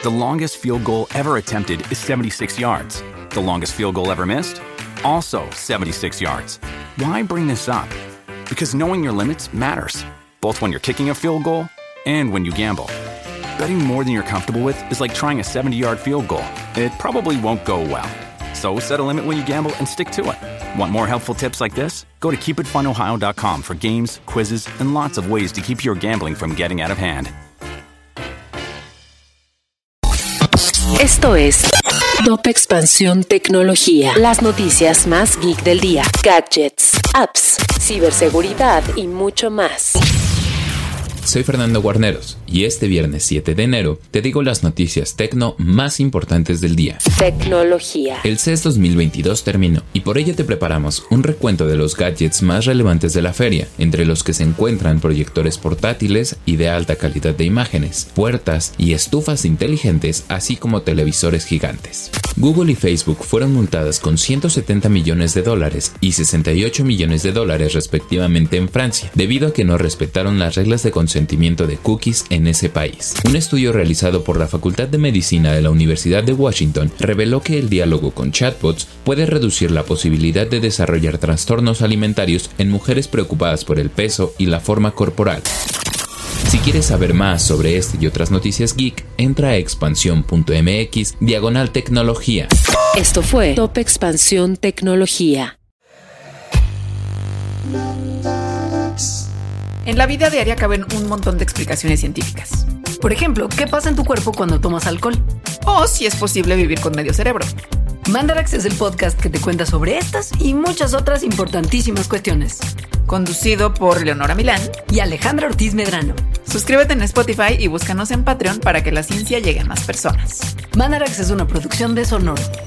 The longest field goal ever attempted is 76 yards. The longest field goal ever missed? Also 76 yards. Why bring this up? Because knowing your limits matters, both when you're kicking a field goal and when you gamble. Betting more than you're comfortable with is like trying a 70-yard field goal. It probably won't go well. So set a limit when you gamble and stick to it. Want more helpful tips like this? Go to keepitfunohio.com for games, quizzes, and lots of ways to keep your gambling from getting out of hand. Esto es Top Expansión Tecnología. Las noticias más geek del día. Gadgets, apps, ciberseguridad y mucho más. Soy Fernando Guarneros y este viernes 7 de enero te digo las noticias tecno más importantes del día. Tecnología. El CES 2022 terminó y por ello te preparamos un recuento de los gadgets más relevantes de la feria, entre los que se encuentran proyectores portátiles y de alta calidad de imágenes, puertas y estufas inteligentes, así como televisores gigantes. Google y Facebook fueron multadas con $170 millones y $68 millones respectivamente en Francia, debido a que no respetaron las reglas de consentimiento de cookies en ese país. Un estudio realizado por la Facultad de Medicina de la Universidad de Washington reveló que el diálogo con chatbots puede reducir la posibilidad de desarrollar trastornos alimentarios en mujeres preocupadas por el peso y la forma corporal. Si quieres saber más sobre este y otras noticias geek, entra a expansión.mx/tecnología. Esto fue Top Expansión Tecnología. En la vida diaria caben un montón de explicaciones científicas. Por ejemplo, ¿qué pasa en tu cuerpo cuando tomas alcohol? O si es posible vivir con medio cerebro. Mandarax es el podcast que te cuenta sobre estas y muchas otras importantísimas cuestiones. Conducido por Leonora Milán y Alejandra Ortiz Medrano. Suscríbete en Spotify y búscanos en Patreon para que la ciencia llegue a más personas. Mandarax es una producción de Sonoro.